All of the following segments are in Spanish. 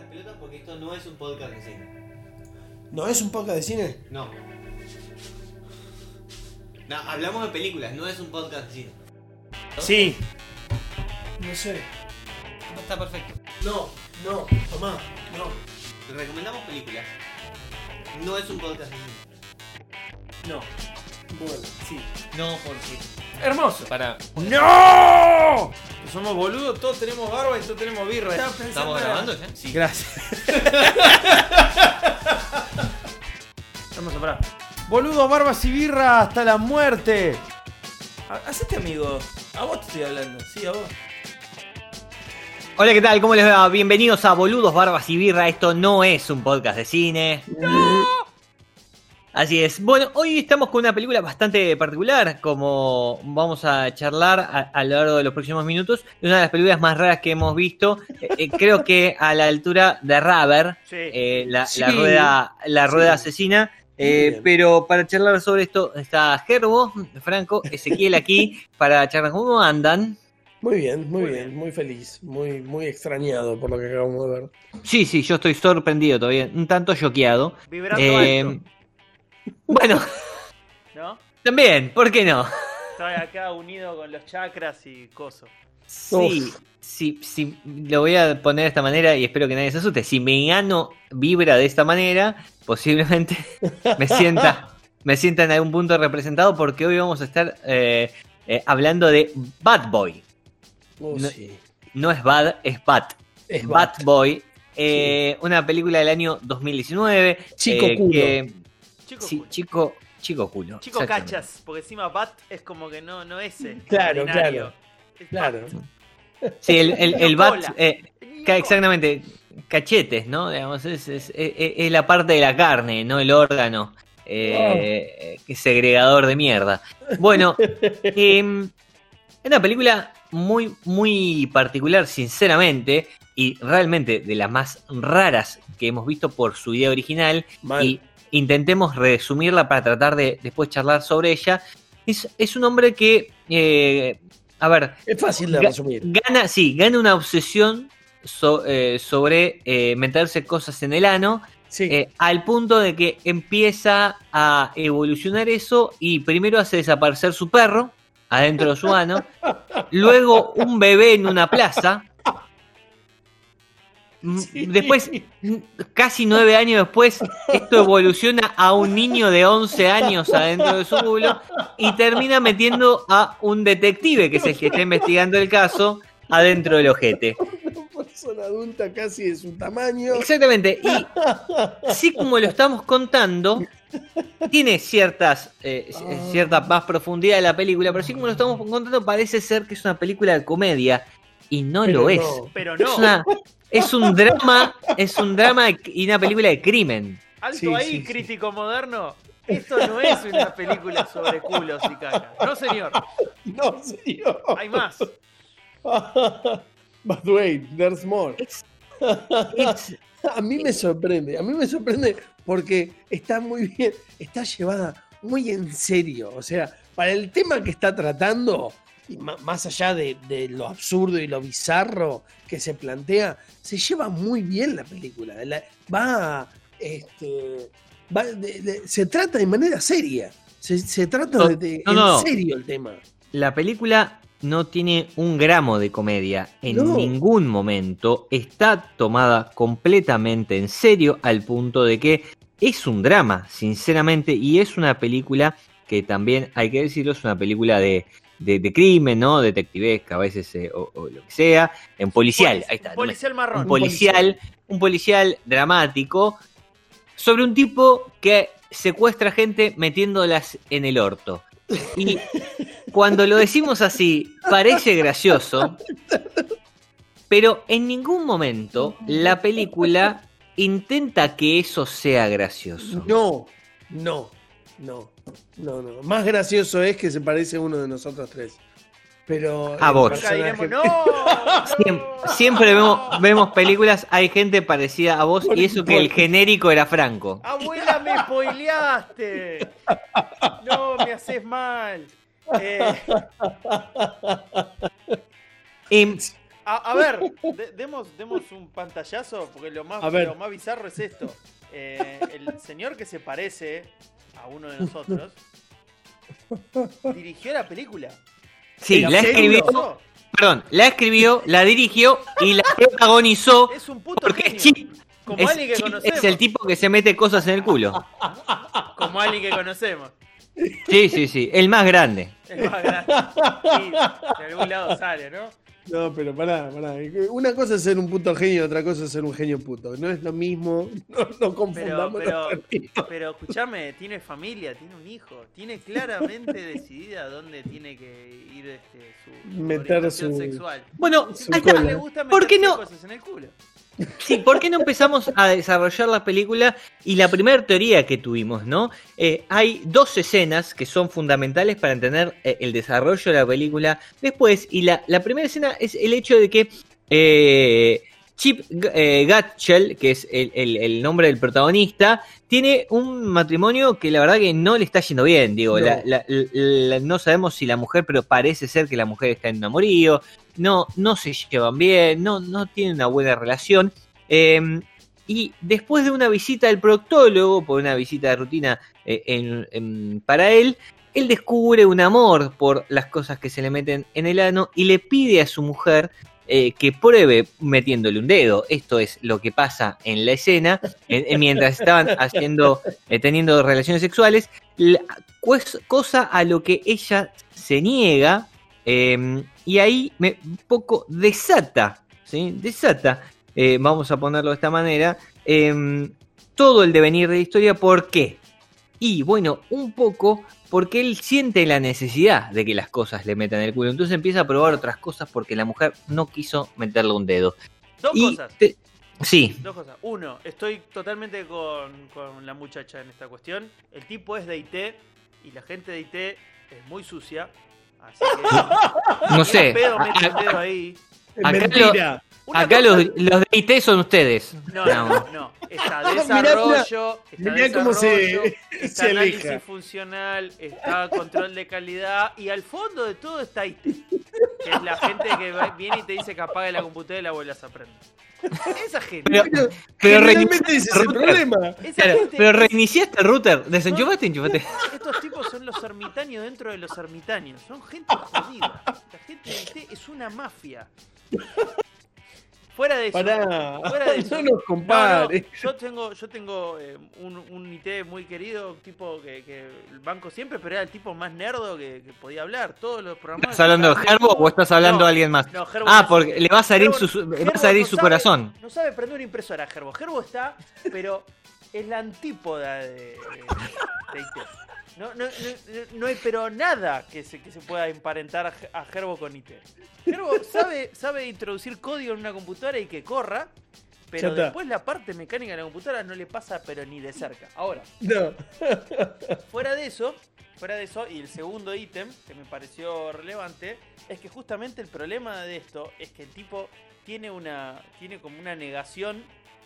pelotas porque esto no es un podcast de cine. ¿No es un podcast de cine? No. No, hablamos de películas, no es un podcast de cine. Sí. No sé. Está perfecto. No, tomá, no. Recomendamos películas. No es un podcast de cine. No. Bueno, sí. No, porque... Hermoso. ¡No! Somos boludos, todos tenemos barba y todos tenemos birra. ¿Estamos grabando ya? Sí. Gracias. Hermoso, pará. Boludos, barbas y birra hasta la muerte. Hacete amigo. A vos te estoy hablando. Sí, a vos. Hola, ¿qué tal? ¿Cómo les va? Bienvenidos a Boludos, Barbas y Birra. Esto no es un podcast de cine. ¡No! Así es. Bueno, hoy estamos con una película bastante particular, como vamos a charlar a lo largo de los próximos minutos. Es una de las películas más raras que hemos visto. Creo que a la altura de Rubber, Sí. la rueda asesina. Pero para charlar sobre esto está Gerbo, Franco, Ezequiel aquí para charlar. ¿Cómo andan? Muy bien, muy feliz, muy extrañado por lo que acabamos de ver. Sí, yo estoy sorprendido todavía, un tanto choqueado. Vibrando alto. Bueno, ¿No? también, ¿por qué no? Estoy acá unido con los chakras y coso. Sí, lo voy a poner de esta manera y espero que nadie se asuste. Si mi ano vibra de esta manera, posiblemente me sienta en algún punto representado, porque hoy vamos a estar hablando de Bad Boy. No es Bad, es Bat. Es Bad Bat. Boy. Una película del año 2019. Chico culo. Chico Chico culo. Chico exactamente. cachas, porque encima Bat es como que no es Claro, ordinario. Es Claro. Bat. Sí, el Bat. Cola. Exactamente. Cachetes, ¿no? Digamos, es la parte de la carne, no el órgano. Que es segregador de mierda. Bueno, es una película muy particular, sinceramente, y realmente de las más raras que hemos visto por su idea original. Mal. Y intentemos resumirla para tratar de después charlar sobre ella. Es un hombre que, a ver, Es fácil de resumir. gana una obsesión sobre meterse cosas en el ano. Sí. Al punto de que empieza a evolucionar eso y primero hace desaparecer su perro adentro de su ano, luego un bebé en una plaza, Sí. después, casi 9 años después, esto evoluciona a un niño de 11 años adentro de su culo y termina metiendo a un detective, que es el que está investigando el caso, adentro del ojete. Una persona adulta casi de su tamaño. Exactamente, y así como lo estamos contando, tiene cierta más profundidad de la película, pero así como lo estamos contando, parece ser que es una película de comedia, y no Pero lo es. no. Pero no. Es un drama y una película de crimen. Alto Sí, ahí, sí, crítico moderno. Esto no es una película sobre culos y caca. No, señor. No, señor. Hay más. But wait, there's more. A mí me sorprende porque está muy bien, está llevada muy en serio. O sea, para el tema que está tratando, y más allá de lo absurdo y lo bizarro que se plantea, se lleva muy bien la película. Se trata de manera seria. Se trata en serio el tema. La película no tiene un gramo de comedia en ningún momento. Está tomada completamente en serio, al punto de que es un drama, sinceramente, y es una película que también, hay que decirlo, es una película de crimen, ¿no? Detectivesca, a veces, o lo que sea. En policial, ahí está. Policial marrón. Un policial dramático sobre un tipo que secuestra gente metiéndolas en el orto. Y cuando lo decimos así, parece gracioso, pero en ningún momento la película intenta que eso sea gracioso. No. Más gracioso es que se parece a uno de nosotros tres. Pero A vos. Acá diremos, ¡no! Siempre vemos películas, hay gente parecida a vos, y eso que el genérico era Franco. ¡Abuela, me spoileaste! No, me haces mal. A ver, demos un pantallazo, porque lo más bizarro es esto. El señor que se parece a uno de nosotros dirigió la película. Sí, la escribió. Perdón, la escribió, la dirigió y la protagonizó. Es un puto porque genio. Chip, Como alguien que conocemos. es el tipo que se mete cosas en el culo. Como alguien que conocemos. Sí, el más grande. Es más grande. Sí, de algún lado sale, ¿no? No, pero pará. Una cosa es ser un puto genio, otra cosa es ser un genio puto. No es lo mismo, no confundamos. Pero escuchame, tiene familia, tiene un hijo, tiene claramente decidida a dónde tiene que ir su orientación sexual. Bueno, le gusta meter cosas en el culo. Sí, ¿por qué no empezamos a desarrollar la película? Y la primera teoría que tuvimos, ¿no? Hay dos escenas que son fundamentales para entender el desarrollo de la película después. Y la primera escena es el hecho de que Chip Gatchell, que es el nombre del protagonista, tiene un matrimonio que la verdad que no le está yendo bien. Digo, no, no sabemos si la mujer, pero parece ser que la mujer está en un amorío. No se llevan bien, no tienen una buena relación. Y después de una visita al proctólogo, por una visita de rutina para él descubre un amor por las cosas que se le meten en el ano y le pide a su mujer que pruebe metiéndole un dedo. Esto es lo que pasa en la escena, mientras estaban teniendo relaciones sexuales, cosa a lo que ella se niega. Y ahí un poco desata, ¿sí? Vamos a ponerlo de esta manera, todo el devenir de la historia. ¿Por qué? Y bueno, un poco porque él siente la necesidad de que las cosas le metan el culo. Entonces empieza a probar otras cosas porque la mujer no quiso meterle un dedo. Dos cosas. Sí. Dos cosas. Uno, estoy totalmente con la muchacha en esta cuestión. El tipo es de IT y la gente de IT es muy sucia. Así que no sé. Mete un dedo ahí. Mentira. Acá los de IT son ustedes. No. Está desarrollo, mirá cómo está se análisis aleja. funcional, está control de calidad y al fondo de todo está IT. Que es la gente que viene y te dice que apague la computadora y la vuelvas a prender. Esa gente. Pero realmente ese es el problema. Pero reiniciaste el router, desenchufaste y enchufaste. Estos tipos son los ermitaños dentro de los ermitaños. Son gente jodida. La gente de IT es una mafia. Fuera de eso. No nos compares. No. Yo tengo un IT muy querido, tipo que el banco siempre, pero era el tipo más nerdo que podía hablar. Todos los programas. ¿Estás hablando de Gerbo o estás hablando de alguien más? No, Gerbo porque le va a salir su corazón. No sabe prender una impresora, Gerbo. Gerbo está, pero es la antípoda de IT. No hay pero nada que se pueda emparentar a Gerbo con IT. Gerbo sabe introducir código en una computadora y que corra, pero después la parte mecánica de la computadora no le pasa pero ni de cerca. Ahora, fuera de eso, y el segundo ítem que me pareció relevante, es que justamente el problema de esto es que el tipo tiene como una negación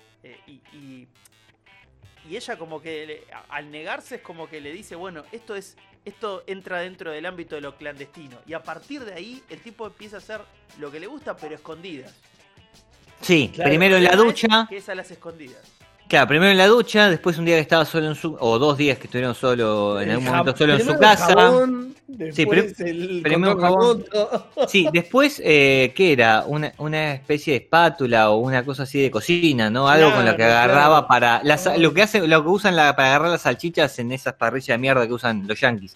y ella como que al negarse es como que le dice, bueno, esto entra dentro del ámbito de lo clandestino. Y a partir de ahí el tipo empieza a hacer lo que le gusta, pero escondidas. Sí, claro. Primero en la ducha. Que es a las escondidas. Claro, primero en la ducha, después un día que estaba solo o 2 días que estuvieron en algún momento solo en su casa. Jabón, después primero jabón. Sí, después, ¿qué era? Una especie de espátula o una cosa así de cocina, ¿no? Algo con lo que agarraba para lo que usan para agarrar las salchichas en esas parrillas de mierda que usan los yanquis.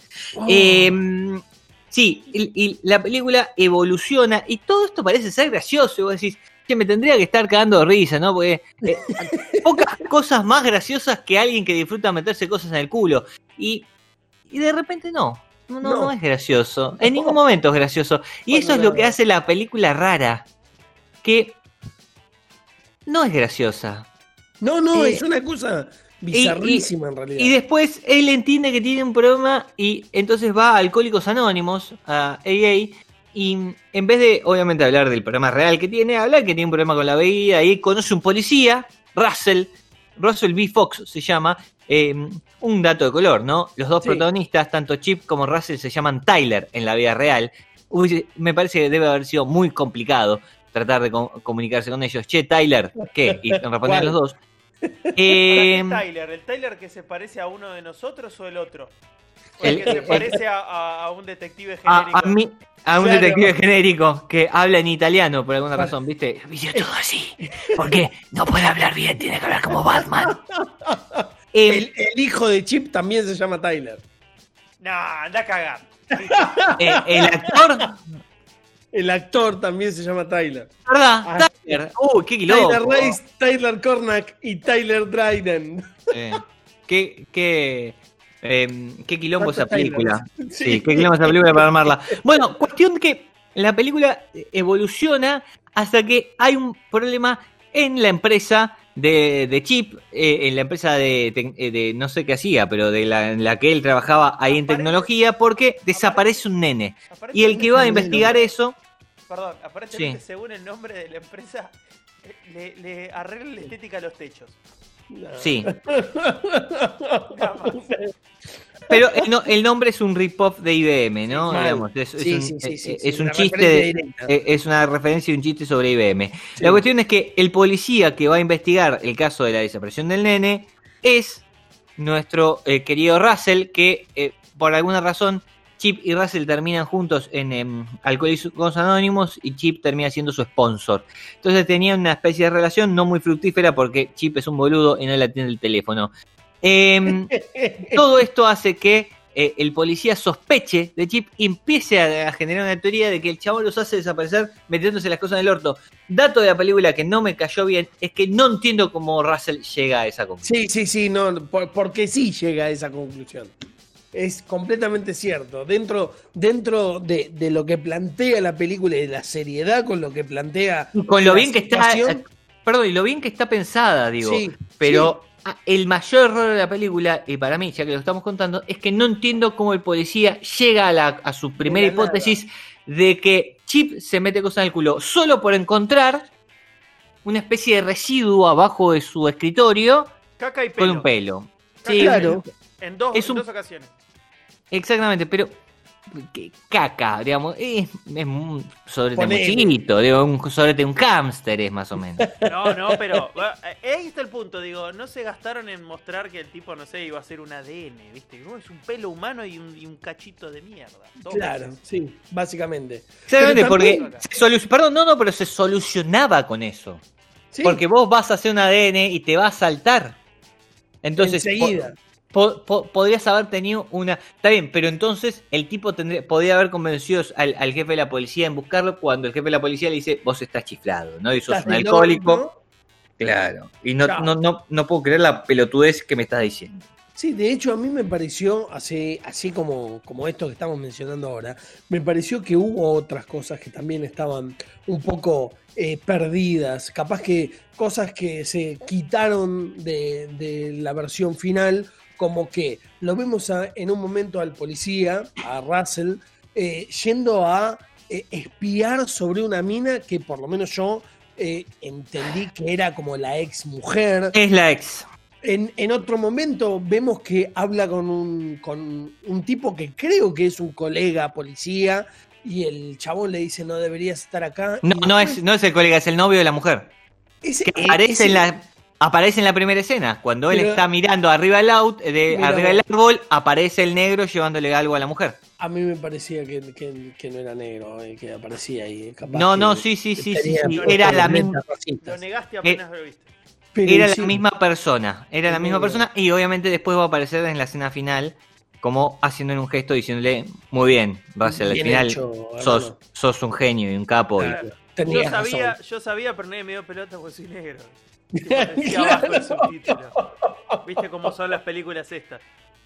Sí, y la película evoluciona y todo esto parece ser gracioso. Y vos decís, que me tendría que estar cagando de risa, ¿no? Porque pocas cosas más graciosas que alguien que disfruta meterse cosas en el culo. Y de repente no es gracioso. En ningún momento es gracioso. Y eso es lo que hace la película rara. Que no es graciosa. No, es una cosa bizarrísima en realidad. Y después él entiende que tiene un problema y entonces va a Alcohólicos Anónimos, a AA. Y en vez de, obviamente, hablar del problema real que tiene, hablar que tiene un problema con la bebida, y conoce un policía, Russell B. Fox se llama, un dato de color, ¿no? Los dos protagonistas, tanto Chip como Russell, se llaman Tyler en la vida real. Me parece que debe haber sido muy complicado tratar de comunicarse con ellos. Che, Tyler, ¿qué? Y respondían los dos. Tyler, ¿el Tyler que se parece a uno de nosotros o el otro? ¿O el que se parece a un detective genérico? A un detective genérico que habla en italiano por alguna razón, ¿viste? Dice todo así, porque no puede hablar bien, tiene que hablar como Batman. El hijo de Chip también se llama Tyler. No, anda a cagar. El actor... El actor también se llama Tyler. ¿Verdad? Tyler. Qué quilombo. Tyler Race, Tyler Cornack y Tyler Dryden. Qué quilombo esa película. Sí, qué quilombo esa película para armarla. Bueno, cuestión que la película evoluciona hasta que hay un problema en la empresa de Chip, en la empresa de no sé qué hacía, pero en la que él trabajaba ahí en tecnología, porque desaparece un nene. Y el que va a investigar eso... Perdón, aparentemente según el nombre de la empresa, le arregla la estética a los techos. Sí. Pero el nombre es un rip-off de IBM, ¿no? Digamos, es un chiste, es una referencia y un chiste sobre IBM. Sí. La cuestión es que el policía que va a investigar el caso de la desaparición del nene es nuestro querido Russell, que por alguna razón Chip y Russell terminan juntos en Alcohólicos Anónimos y Chip termina siendo su sponsor. Entonces tenían una especie de relación no muy fructífera porque Chip es un boludo y no le atiende el teléfono. Todo esto hace que el policía sospeche de Chip y empiece a generar una teoría de que el chabón los hace desaparecer metiéndose las cosas en el orto. Dato de la película que no me cayó bien es que no entiendo cómo Russell llega a esa conclusión. Sí, no, porque sí llega a esa conclusión. Es completamente cierto. Dentro de lo que plantea la película y de la seriedad con lo que plantea. Con lo bien que está. Perdón, y lo bien que está pensada, digo. Sí, pero el mayor error de la película, y para mí, ya que lo estamos contando, es que no entiendo cómo el policía llega a su primera hipótesis de que Chip se mete cosas en el culo solo por encontrar una especie de residuo abajo de su escritorio. Caca y pelo. Con un pelo. Sí, claro. En dos ocasiones. Exactamente, pero caca, digamos, es un sobrete muy chiquito, digo, un sobrete de un hámster es más o menos. No, pero ahí está el punto, digo, no se gastaron en mostrar que el tipo, no sé, iba a ser un ADN, ¿viste? No, es un pelo humano y un cachito de mierda. Claro, sí, básicamente. Exactamente, porque pero se solucionaba con eso. ¿Sí? Porque vos vas a hacer un ADN y te va a saltar. Entonces, enseguida. Podrías haber tenido una... Está bien, pero entonces el tipo podría haber convencido al jefe de la policía en buscarlo cuando el jefe de la policía le dice, vos estás chiflado, ¿no? Y sos un alcohólico. ¿No? Claro. Y no puedo creer la pelotudez que me estás diciendo. Sí, de hecho a mí me pareció, así como esto que estamos mencionando ahora, me pareció que hubo otras cosas que también estaban un poco perdidas. Capaz que cosas que se quitaron de la versión final, como que lo vemos en un momento al policía, a Russell, yendo a espiar sobre una mina que por lo menos yo entendí que era como la ex mujer. Es la ex. En otro momento vemos que habla con un tipo que creo que es un colega policía y el chabón le dice no deberías estar acá. No es el colega, es el novio de la mujer. Aparece en la primera escena, cuando él está mirando arriba del árbol, aparece el negro llevándole algo a la mujer. A mí me parecía que no era negro, que aparecía ahí. Sí. Era la misma. Lo negaste apenas lo viste. Era la misma persona. Era la misma persona y obviamente después va a aparecer en la escena final como haciéndole un gesto diciéndole muy bien, Russell, al final sos un genio y un capo. Claro. Yo sabía, pero nadie me dio pelota porque soy negro. Decía abajo el subtítulo. ¿Viste cómo son las películas estas?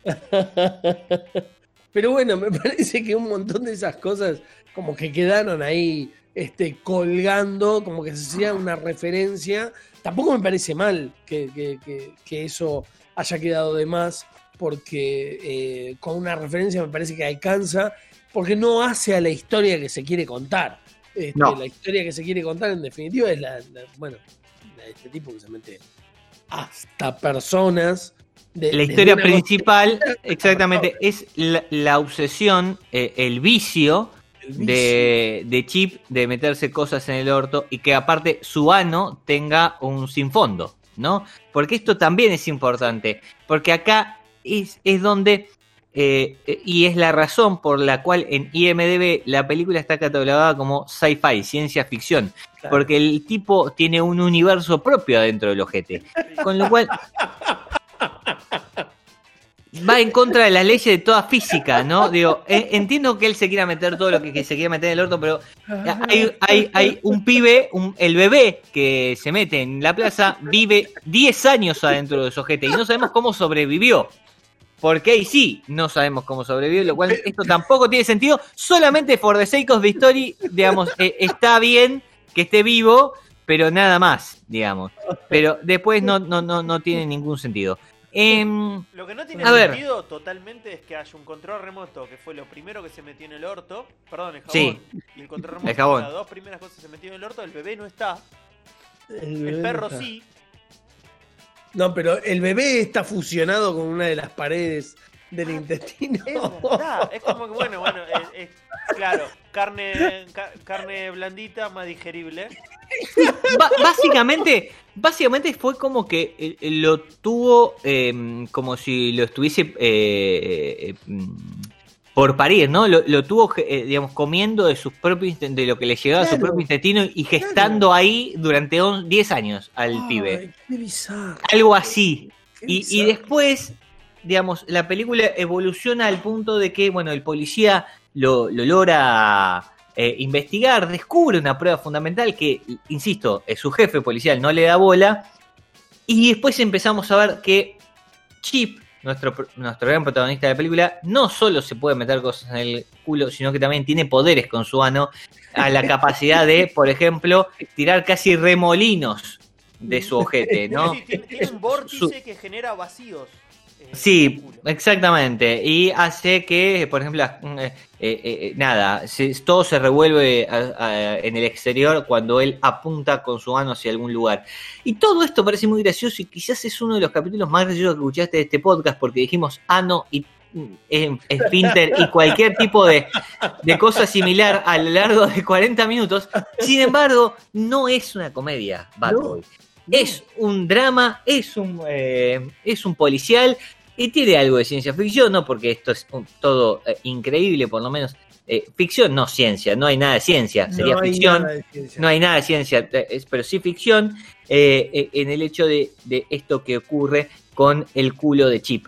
Pero bueno, me parece que un montón de esas cosas como que quedaron ahí colgando, como que se hacía una referencia. Tampoco me parece mal que eso haya quedado de más, porque con una referencia me parece que alcanza, porque no hace a la historia que se quiere contar. La historia que se quiere contar en definitiva es la de este tipo que se mete hasta personas. La historia principal, exactamente, es la obsesión, el vicio de Chip de meterse cosas en el orto y que aparte su ano tenga un sin fondo, ¿no? Porque esto también es importante, porque acá es donde, y es la razón por la cual en IMDb la película está catalogada como sci-fi, ciencia ficción, Claro. porque el tipo tiene un universo propio adentro del ojete, con lo cual va en contra de las leyes de toda física, ¿no? Digo, entiendo que él se quiera meter todo lo que se quiera meter en el orto, pero hay un pibe, el bebé que se mete en la plaza, vive 10 años adentro de su ojete y no sabemos cómo sobrevivió. Porque ahí sí, no sabemos cómo sobrevivió, lo cual esto tampoco tiene sentido. Solamente for the sake of the story, digamos, está bien que esté vivo, pero nada más, digamos. Pero después no tiene ningún sentido. Lo que no tiene a ver. sentido totalmente es que haya un control remoto, que fue lo primero que se metió en el orto. Perdón, el jabón. Sí, Y el control remoto, el jabón. las dos primeras cosas que se metió en el orto. El bebé no está. El El bebé perro está. sí. No, pero el bebé está fusionado con una de las paredes del intestino. Es verdad. Es como que, bueno, claro, carne blandita, más digerible. Básicamente fue como que lo tuvo como si lo estuviese por parir, ¿no? Lo tuvo, digamos, comiendo de sus propios de lo que le llegaba a su Claro, propio intestino y gestando ahí durante 10 años al pibe. Ay, qué bizarro. Algo así. Qué Y bizarro. después, digamos, la película evoluciona al punto de que, bueno, el policía lo logra investigar, descubre una prueba fundamental que, insisto, su jefe policial no le da bola. Y después empezamos a ver que Chip, nuestro gran protagonista de la película, no solo se puede meter cosas en el culo, sino que también tiene poderes con su ano, a la capacidad de, por ejemplo, tirar casi remolinos de su ojete, ¿no? Sí, tiene un vórtice que genera vacíos. En el Sí, culo. exactamente. Y hace que, por ejemplo, todo se revuelve en el exterior cuando él apunta con su mano hacia algún lugar. Y todo esto parece muy gracioso y quizás es uno de los capítulos más graciosos que escuchaste de este podcast porque dijimos ano y esfínter y cualquier tipo de cosa similar a lo largo de 40 minutos. Sin embargo, no es una comedia, Bad No. Boy. Es un drama, es un policial y tiene algo de ciencia ficción, ¿no? Porque esto es todo increíble, por lo menos. Ficción, no ciencia, no hay nada de ciencia, sería No hay ficción. nada de ciencia. No hay nada de ciencia, pero sí ficción en el hecho de esto que ocurre con el culo de Chip.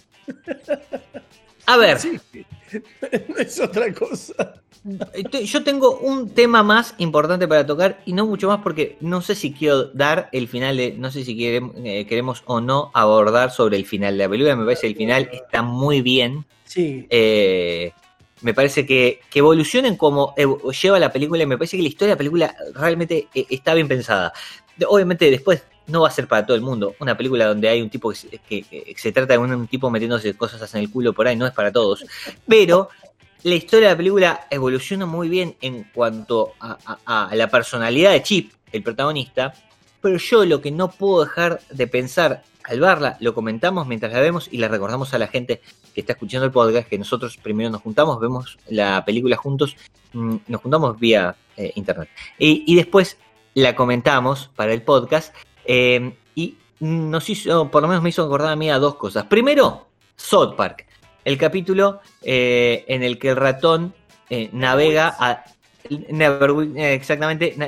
A ver, Sí. No es otra cosa. yo tengo un tema más importante para tocar y no mucho más porque no sé si quiero dar el final no sé si queremos o no abordar sobre el final de la película. Me parece que el final está muy bien. Sí. Me parece que evolucionen como lleva la película y me parece que la historia de la película realmente está bien pensada. Obviamente después no va a ser para todo el mundo. Una película donde hay un tipo que se trata de un tipo metiéndose cosas en el culo por ahí no es para todos. Pero la historia de la película evoluciona muy bien en cuanto a la personalidad de Chip, el protagonista. Pero yo lo que no puedo dejar de pensar al verla, lo comentamos mientras la vemos y la recordamos a la gente que está escuchando el podcast, que nosotros primero nos juntamos, vemos la película juntos, nos juntamos vía internet. Y después la comentamos para el podcast y nos hizo, por lo menos me hizo acordar a mí a dos cosas. Primero, South Park, el capítulo en el que el ratón navega a exactamente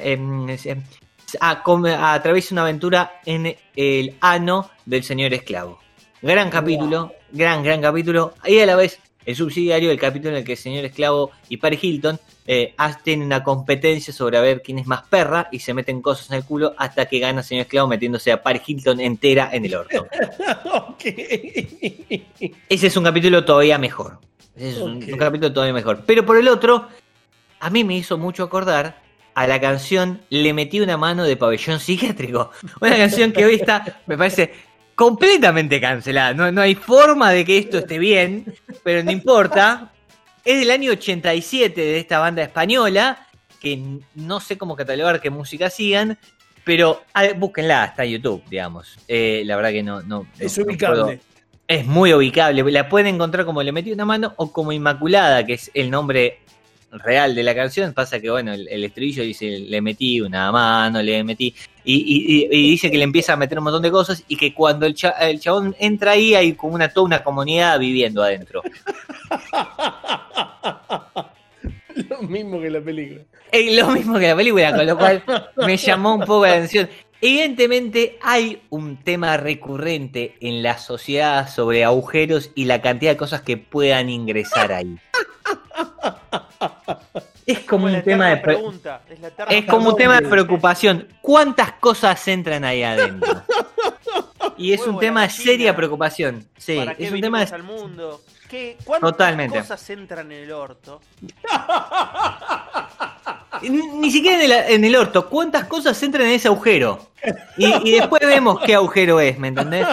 atraviesa una aventura en el ano del señor esclavo. Gran capítulo, gran capítulo. Y a la vez el subsidiario, el capítulo en el que el señor esclavo y Paris Hilton tienen una competencia sobre a ver quién es más perra y se meten cosas en el culo hasta que gana el señor esclavo metiéndose a Paris Hilton entera en el orto. Ok. Ese es un capítulo todavía mejor. Ese es un capítulo todavía mejor. Pero por el otro, a mí me hizo mucho acordar a la canción Le metí una mano de Pabellón Psiquiátrico. Una canción que hoy está, me parece, completamente cancelada. No hay forma de que esto esté bien, pero no importa. Es del año 87 de esta banda española, que no sé cómo catalogar qué música hacían, pero búsquenla, está en YouTube, digamos. La verdad que no Es no ubicable. puedo. Es muy ubicable. La pueden encontrar como Le metí una mano o como Inmaculada, que es el nombre real de la canción. Pasa que, bueno, el estribillo dice, le metí una mano, le metí... Y dice que le empieza a meter un montón de cosas y que cuando el chabón entra ahí hay como toda una comunidad viviendo adentro. Lo mismo que la película. Lo mismo que la película, con lo cual me llamó un poco la atención. Evidentemente hay un tema recurrente en la sociedad sobre agujeros y la cantidad de cosas que puedan ingresar ahí. Es como un tema de pregunta. Es como un tema de preocupación. ¿Cuántas cosas entran ahí adentro? Y es un tema de seria preocupación. Sí, ¿Para qué es un tema al mundo? ¿Cuántas Totalmente. cosas entran en el orto? Ni siquiera en el orto. ¿Cuántas cosas entran en ese agujero? Y después vemos qué agujero es, ¿me entendés?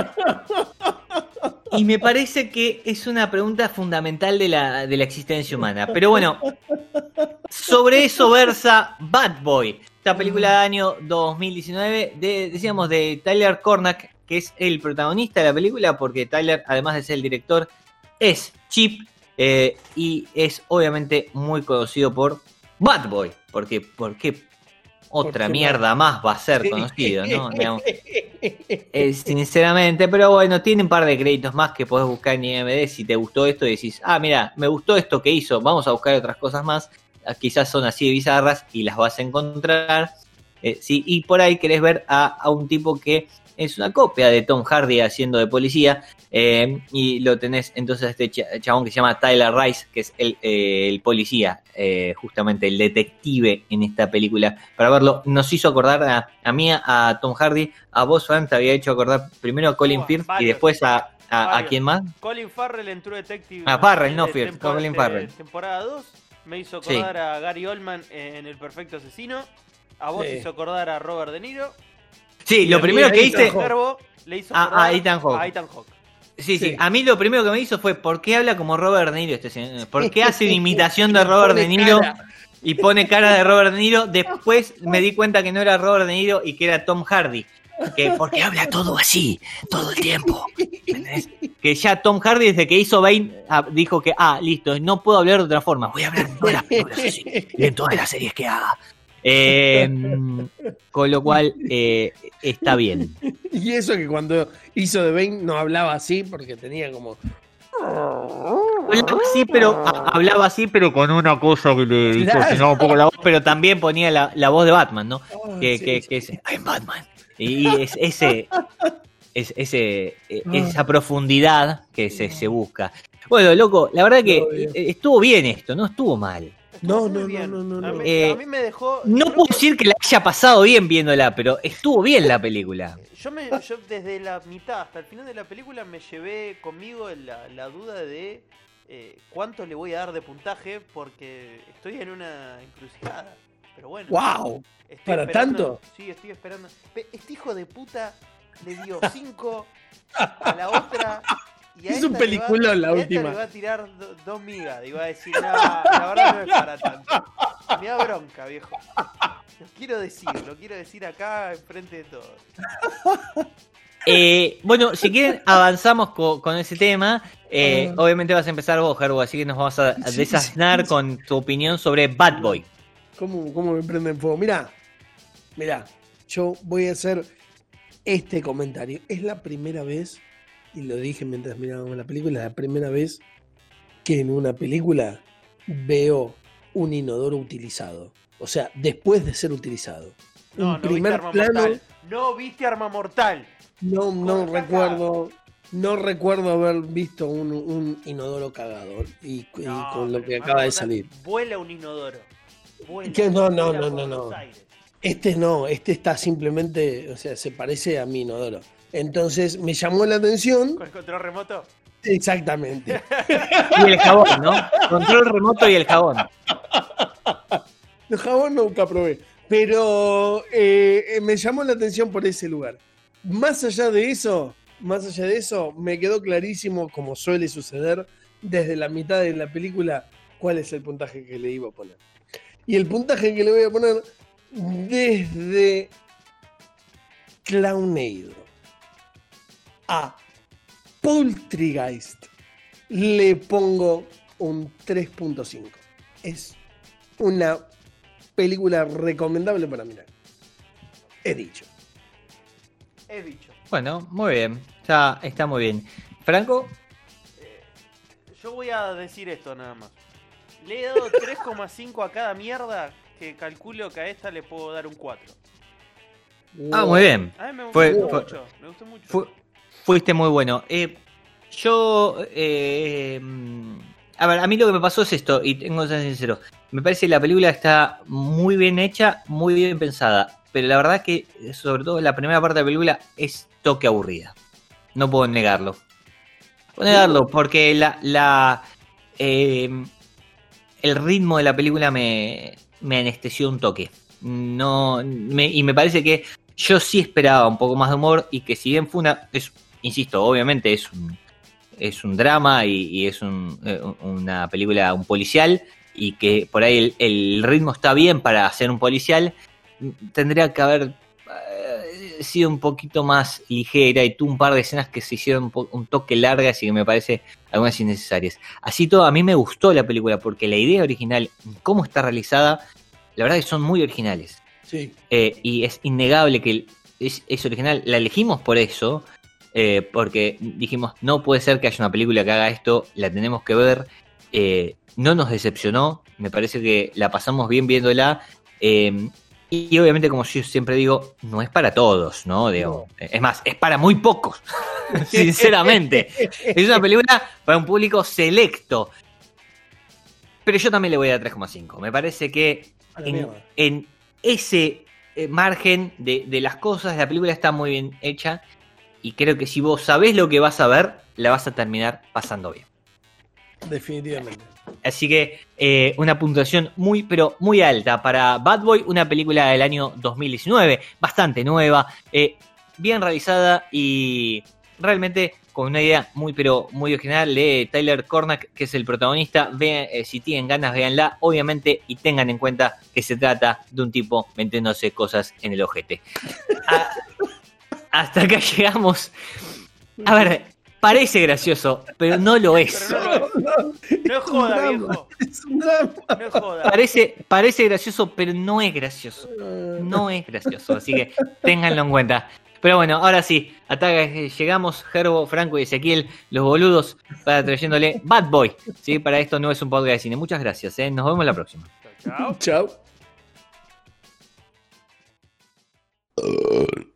Y me parece que es una pregunta fundamental de la existencia humana. Pero bueno, sobre eso versa Bad Boy, esta película del año 2019, decíamos de Tyler Cornack, que es el protagonista de la película, porque Tyler, además de ser el director, es Chip y es obviamente muy conocido por Bad Boy. Porque otra mierda más va a ser conocido, ¿no? Digamos, sinceramente, pero bueno, tiene un par de créditos más que podés buscar en IMDb si te gustó esto y decís, mira, me gustó esto que hizo, vamos a buscar otras cosas más, quizás son así de bizarras y las vas a encontrar, sí, y por ahí querés ver a un tipo que es una copia de Tom Hardy haciendo de policía, y lo tenés entonces este chabón que se llama Tyler Rice, que es el policía, justamente el detective en esta película. Para verlo, nos hizo acordar a mí, a Tom Hardy, a vos, Fran, te había hecho acordar primero a Colin Firth y después a ¿quién más? Colin Farrell en True Detective. Farrell, no Firth, Colin Farrell. Temporada 2, me hizo acordar a Gary Oldman en El Perfecto Asesino, a vos hizo acordar a Robert De Niro. Sí, lo primero que hice... Le hizo acordar a Ethan Hawke. Sí, a mí lo primero que me hizo fue, ¿por qué habla como Robert De Niro este señor? ¿Por qué hace una imitación de Robert De Niro y pone cara de Robert De Niro? Después me di cuenta que no era Robert De Niro y que era Tom Hardy. Porque habla todo así, todo el tiempo. ¿Entendés? Que ya Tom Hardy, desde que hizo Bane, dijo que, listo, no puedo hablar de otra forma. Voy a hablar en todas las películas así, y en todas las series que haga. Con lo cual está bien. Y eso que cuando hizo de Bane no hablaba así porque tenía como... Hablaba así, pero con una cosa que le distorsionaba un poco la voz, pero también ponía la voz de Batman, ¿no? Que es I'm Batman. Y es esa profundidad que se busca. Bueno, loco, la verdad que estuvo bien esto, no estuvo mal. No. A mí me dejó... No puedo decir que la haya pasado bien viéndola, pero estuvo bien la película. Yo desde la mitad hasta el final de la película me llevé conmigo la duda de cuánto le voy a dar de puntaje, porque estoy en una encrucijada. Pero bueno. ¡Wow! ¿Para tanto? Sí, estoy esperando. Este hijo de puta le dio 5 a la otra. Y es un peliculón la última. Le va a tirar 2 migas. Y va a decir, no, la verdad no es para tanto. Me da bronca, viejo. Lo quiero decir acá enfrente de todos. Bueno, si quieren avanzamos con ese tema. Obviamente vas a empezar vos, Gerbo, así que nos vamos a desasnar con tu opinión sobre Bad Boy. ¿Cómo me prenden fuego? Mirá, yo voy a hacer este comentario. Es la primera vez, y lo dije mientras mirábamos la película, es la primera vez que en una película veo un inodoro utilizado. O sea, después de ser utilizado. No viste Arma Mortal. No viste Arma Mortal. No recuerdo haber visto un inodoro cagado y con lo que acaba de salir. Vuela un inodoro. No. Este está simplemente, o sea, se parece a mi inodoro. Entonces me llamó la atención. ¿Con el control remoto? Exactamente. Y el jabón, ¿no? Control remoto y el jabón. El jabón nunca probé. Pero me llamó la atención por ese lugar. Más allá de eso, me quedó clarísimo, como suele suceder, desde la mitad de la película, cuál es el puntaje que le iba a poner. Y el puntaje que le voy a poner desde Clownado a Poltergeist le pongo un 3.5. Es una película recomendable para mirar. He dicho. He dicho. Bueno, muy bien. Está muy bien. Franco, Yo voy a decir esto nada más. Le he dado 3,5 a cada mierda, que calculo que a esta le puedo dar un 4. muy bien. A mí me Fue- gustó fue- mucho. Me gustó mucho. Fuiste muy bueno. Yo, a ver, a mí lo que me pasó es esto, y tengo que ser sincero. Me parece que la película está muy bien hecha, muy bien pensada. Pero la verdad que, sobre todo la primera parte de la película, es toque aburrida. No puedo negarlo. Puedo negarlo, porque el ritmo de la película me anestesió un toque. Y me parece que yo sí esperaba un poco más de humor y que si bien fue insisto, obviamente es un drama y es una película, un policial, y que por ahí el ritmo está bien para hacer un policial, tendría que haber sido un poquito más ligera y tuvo un par de escenas que se hicieron un toque largas y que me parece algunas innecesarias. Así todo, a mí me gustó la película porque la idea original, cómo está realizada, la verdad que son muy originales. Sí. Y es innegable que es original. La elegimos por eso, porque dijimos, no puede ser que haya una película que haga esto, la tenemos que ver. No nos decepcionó, me parece que la pasamos bien viéndola. Y obviamente, como yo siempre digo, no es para todos, ¿no? Digo, es más, es para muy pocos, sinceramente. Es una película para un público selecto. Pero yo también le voy a dar 3,5. Me parece que en ese margen de las cosas, la película está muy bien hecha. Y creo que si vos sabés lo que vas a ver, la vas a terminar pasando bien. Definitivamente. Así que una puntuación muy, pero muy alta para Bad Boy, una película del año 2019, bastante nueva, bien realizada y realmente con una idea muy, pero muy original de Tyler Cornack, que es el protagonista. Si tienen ganas, véanla, obviamente, y tengan en cuenta que se trata de un tipo metiéndose cosas en el ojete. Hasta acá llegamos. A ver, parece gracioso, pero no lo es. No es joda, viejo. Es un drama. No es joda. Parece gracioso, pero no es gracioso. No es gracioso, así que ténganlo en cuenta. Pero bueno, ahora sí, hasta acá llegamos, Gerbo, Franco y Ezequiel, los boludos, para trayéndole Bad Boy. ¿Sí? Para esto no es un podcast de cine. Muchas gracias, nos vemos la próxima. Chao. Chao.